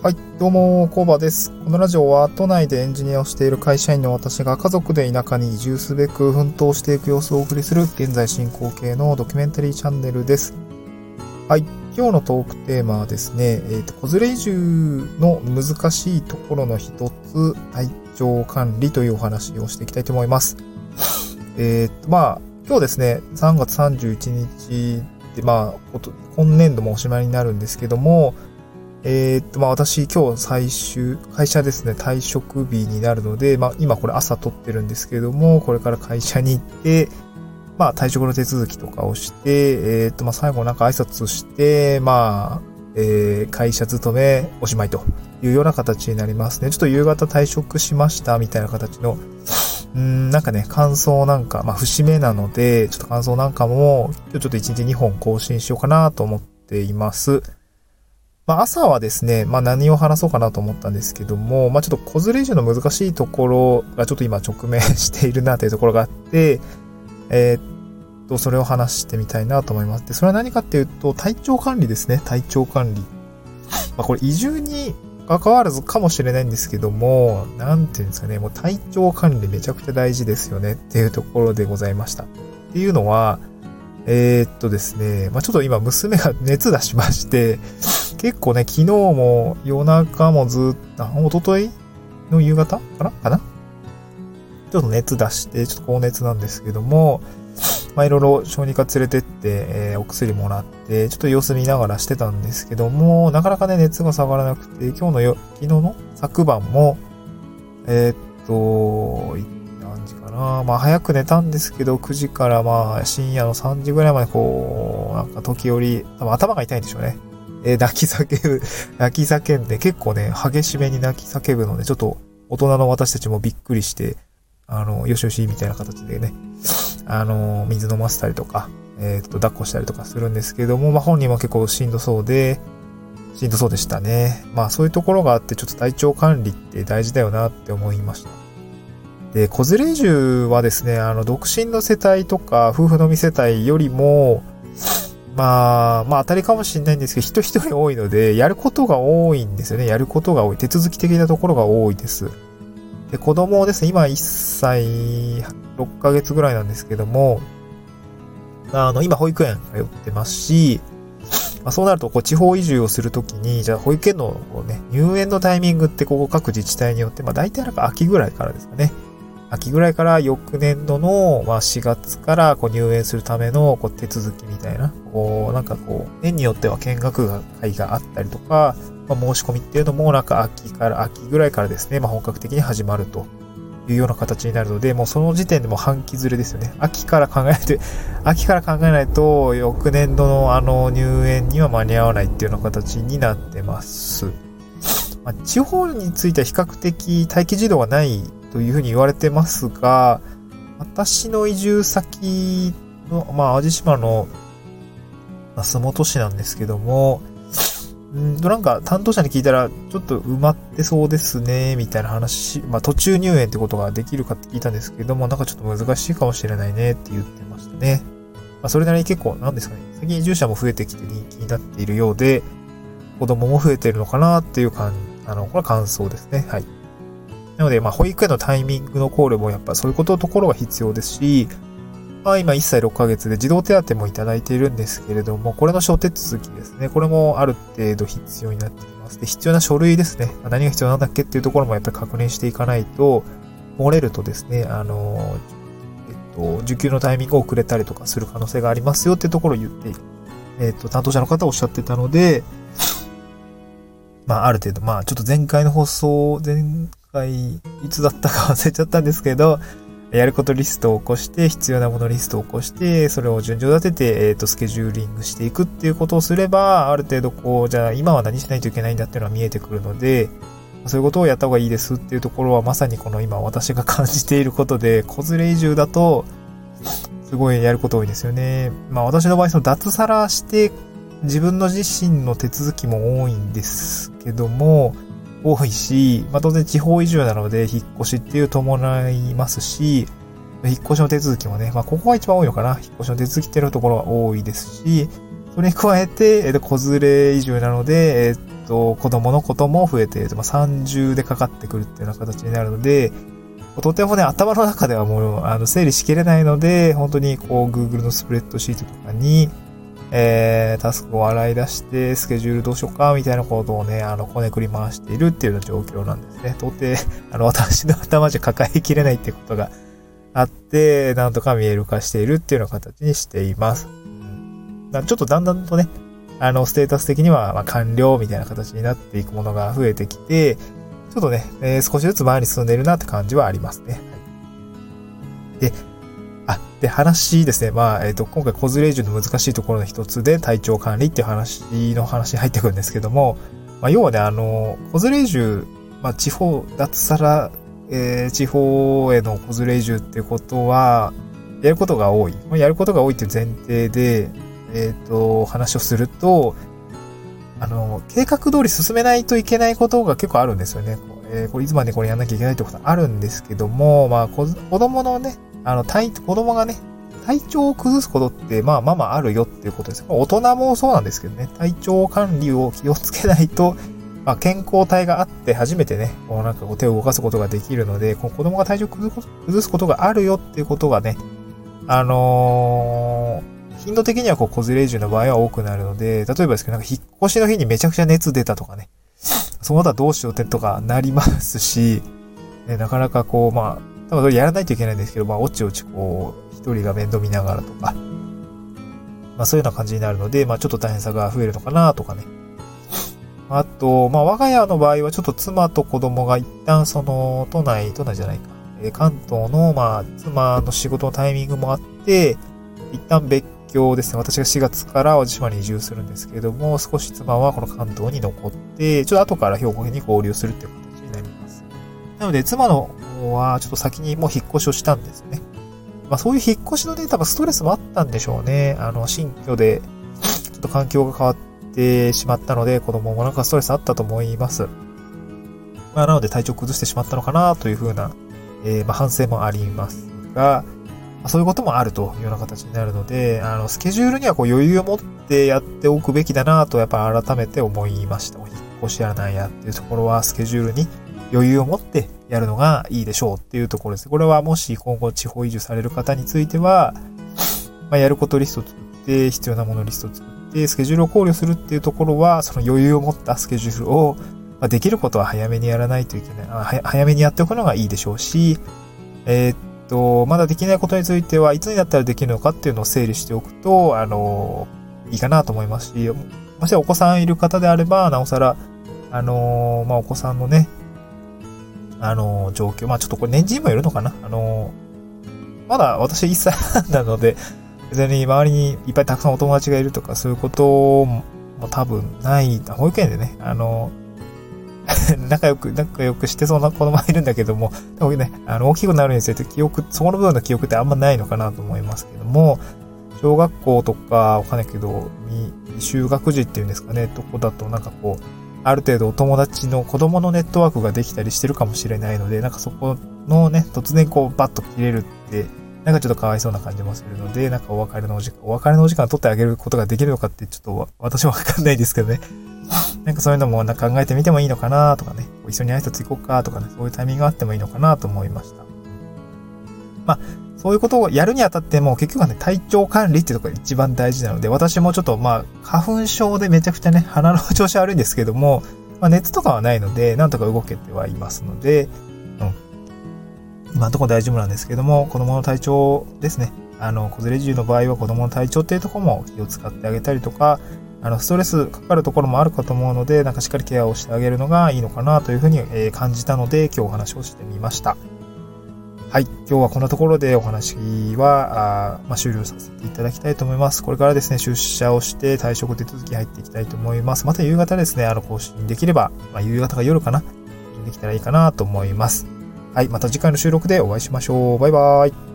はい、どうも、コバです。このラジオは都内でエンジニアをしている会社員の私が家族で田舎に移住すべく奮闘していく様子をお送りする現在進行形のドキュメンタリーチャンネルです。はい、今日のトークテーマはですね、子連れ移住の難しいところの一つ、体調管理というお話をしていきたいと思います。今日ですね、3月31日で、今年度もおしまいになるんですけども、私今日会社ですね、退職日になるので、今これ朝撮ってるんですけども、これから会社に行って、退職の手続きとかをして、最後挨拶して、会社勤めおしまいというような形になりますね。ちょっと夕方退職しましたみたいな形の、感想節目なので、ちょっと感想なんかも、今日ちょっと1日2本更新しようかなと思っています。朝はですね、何を話そうかなと思ったんですけども、ちょっと子連れ移住の難しいところがちょっと今直面しているなというところがあって、それを話してみたいなと思います。で、それは何かっていうと、体調管理ですね、体調管理。これ移住に関わらずかもしれないんですけども、なんていうんですかね、もう体調管理めちゃくちゃ大事ですよねっていうところでございました。っていうのは、ですね、ちょっと今娘が熱出しまして、結構ね、昨日も夜中も一昨日の夕方かなちょっと熱出して、ちょっと高熱なんですけども、いろいろ小児科連れてって、お薬もらって、ちょっと様子見ながらしてたんですけども、なかなかね、熱が下がらなくて、昨日の昨晩も、何時かな、早く寝たんですけど、9時から深夜の3時ぐらいまで時折、多分頭が痛いんでしょうね。泣き叫んで、結構ね、激しめに泣き叫ぶので、ちょっと大人の私たちもびっくりして、よしよしみたいな形でね、水飲ませたりとか、抱っこしたりとかするんですけども、本人も結構しんどそうでしたね。そういうところがあって、ちょっと体調管理って大事だよなって思いました。で、子連れ移住はですね、独身の世帯とか、夫婦のみ世帯よりも、当たりかもしれないんですけど、人一人多いので、やることが多いんですよね。やることが多い。手続き的なところが多いです。で、子供ですね、今1歳6ヶ月ぐらいなんですけども、今保育園通ってますし、そうなると、地方移住をするときに、じゃあ保育園の入園のタイミングって各自治体によって、大体秋ぐらいからですかね。秋ぐらいから翌年度の4月から入園するための手続きみたいな、年によっては見学会があったりとか、申し込みっていうのも秋ぐらいからですね、本格的に始まるというような形になるので、もうその時点でもう半期ずれですよね。秋から考えないと、翌年度の入園には間に合わないっていうような形になってます。地方については比較的待機児童がないというふうに言われてますが、私の移住先の、淡路島の、洲本市なんですけども、担当者に聞いたら、ちょっと埋まってそうですね、みたいな話、途中入園ってことができるかって聞いたんですけども、ちょっと難しいかもしれないねって言ってましたね。それなりに結構、最近移住者も増えてきて人気になっているようで、子供も増えているのかなっていうこれは感想ですね。はい。なので、保育園のタイミングの考慮もやっぱそういうところが必要ですし、今1歳6ヶ月で児童手当もいただいているんですけれども、これの諸手続きですね。これもある程度必要になってきます。で、必要な書類ですね。何が必要なんだっけっていうところもやっぱり確認していかないと、漏れるとですね、受給のタイミングを遅れたりとかする可能性がありますよっていうところを言って、担当者の方おっしゃってたので、ある程度、ちょっと前回いつだったか忘れちゃったんですけど、やることリストを起こして、必要なものリストを起こして、それを順序立てて、スケジューリングしていくっていうことをすれば、ある程度じゃあ今は何しないといけないんだっていうのは見えてくるので、そういうことをやった方がいいですっていうところは、まさに今私が感じていることで、子連れ移住だと、すごいやること多いですよね。私の場合、脱サラして、自分の自身の手続きも多いんですけども、多いし、当然地方移住なので引っ越しっていう伴いますし、引っ越しの手続きもね、ここが一番多いのかな。引っ越しの手続きっていうところが多いですし、それに加えて、子連れ移住なので、 子供のことも増えて、三重でかかってくるっていうような形になるので、とてもね、頭の中ではもう、整理しきれないので、本当にGoogle のスプレッドシートとかに、タスクを洗い出して、スケジュールどうしようか、みたいなことをね、こねくり回しているっていうような状況なんですね。到底、私の頭じゃ抱えきれないっていうことがあって、なんとか見える化しているっていうような形にしています。ちょっとだんだんとね、ステータス的には、完了みたいな形になっていくものが増えてきて、ちょっとね、少しずつ前に進んでいるなって感じはありますね。で、話ですね。今回コズレ移住の難しいところの一つで体調管理っていう話に入ってくるんですけども、要はね、コズレ移住、地方、脱サラ、地方へのコズレ移住っていうことは、やることが多い。やることが多いっていう前提で、話をすると、計画通り進めないといけないことが結構あるんですよね。これいつまでこれやんなきゃいけないってことはあるんですけども、子供のね、子供がね、体調を崩すことって、あるよっていうことです。大人もそうなんですけどね、体調管理を気をつけないと、健康体があって初めてね、手を動かすことができるので、子供が体調を崩すことがあるよっていうことがね、頻度的には子連れ移住の場合は多くなるので、例えばですけど、引っ越しの日にめちゃくちゃ熱出たとかね、その後はどうしようってとかなりますし、なかなか多分それやらないといけないんですけど、おちおち一人が面倒見ながらとか、そういうような感じになるので、ちょっと大変さが増えるのかなとかね。あと、我が家の場合はちょっと妻と子供が一旦都内じゃないか、関東の妻の仕事のタイミングもあって、一旦別居ですね。私が4月から淡路島に移住するんですけれども、少し妻はこの関東に残って、ちょっと後から兵庫県に合流するっていう形になります。なので、妻の方はちょっと先にもう引っ越しをしたんですよね。そういう引っ越しのね、多分ストレスもあったんでしょうね。新居で、ちょっと環境が変わってしまったので、子供もストレスあったと思います。なので体調崩してしまったのかなというふうな、反省もありますが、そういうこともあるというような形になるので、スケジュールには余裕を持ってやっておくべきだなと、やっぱ改めて思いました。引っ越しやらないやっていうところは、スケジュールに余裕を持ってやるのがいいでしょうっていうところです。これはもし今後地方移住される方については、やることリストを作って、必要なものリストを作って、スケジュールを考慮するっていうところは、その余裕を持ったスケジュールを、できることは早めにやらないといけない。早めにやっておくのがいいでしょうし、まだできないことについては、いつになったらできるのかっていうのを整理しておくと、いいかなと思いますし、もしお子さんいる方であれば、なおさら、お子さんのね、状況、ちょっとこれ年次にもよるのかな。まだ私1歳半なので、別に周りにいっぱいたくさんお友達がいるとか、そういうことも多分ない、保育園でね、仲良くしてそうな子供がいるんだけども、多分ね、大きくなるにつれてそこの部分の記憶ってあんまないのかなと思いますけども、小学校とか、わかんないけど、就学時っていうんですかね、とこだとある程度お友達の子供のネットワークができたりしてるかもしれないので、そこのね、突然バッと切れるって、ちょっとかわいそうな感じもするので、お別れのお時間を取ってあげることができるのかってちょっと私はわかんないですけどね。そういうのも考えてみてもいいのかなとかね、一緒に挨拶行こうかとかね、そういうタイミングがあってもいいのかなと思いました。そういうことをやるにあたっても結局はね、体調管理っていうところが一番大事なので、私もちょっと花粉症でめちゃくちゃね、鼻の調子悪いんですけども、熱とかはないので、なんとか動けてはいますので、今のところ大丈夫なんですけども、子供の体調ですね。子連れ移住の場合は子供の体調っていうところも気を使ってあげたりとか、ストレスかかるところもあるかと思うので、しっかりケアをしてあげるのがいいのかなというふうに感じたので、今日お話をしてみました。はい。今日はこんなところでお話は、終了させていただきたいと思います。これからですね、出社をして退職手続き入っていきたいと思います。また夕方ですね、更新できれば、夕方か夜かな、できたらいいかなと思います。はい。また次回の収録でお会いしましょう。バイバーイ。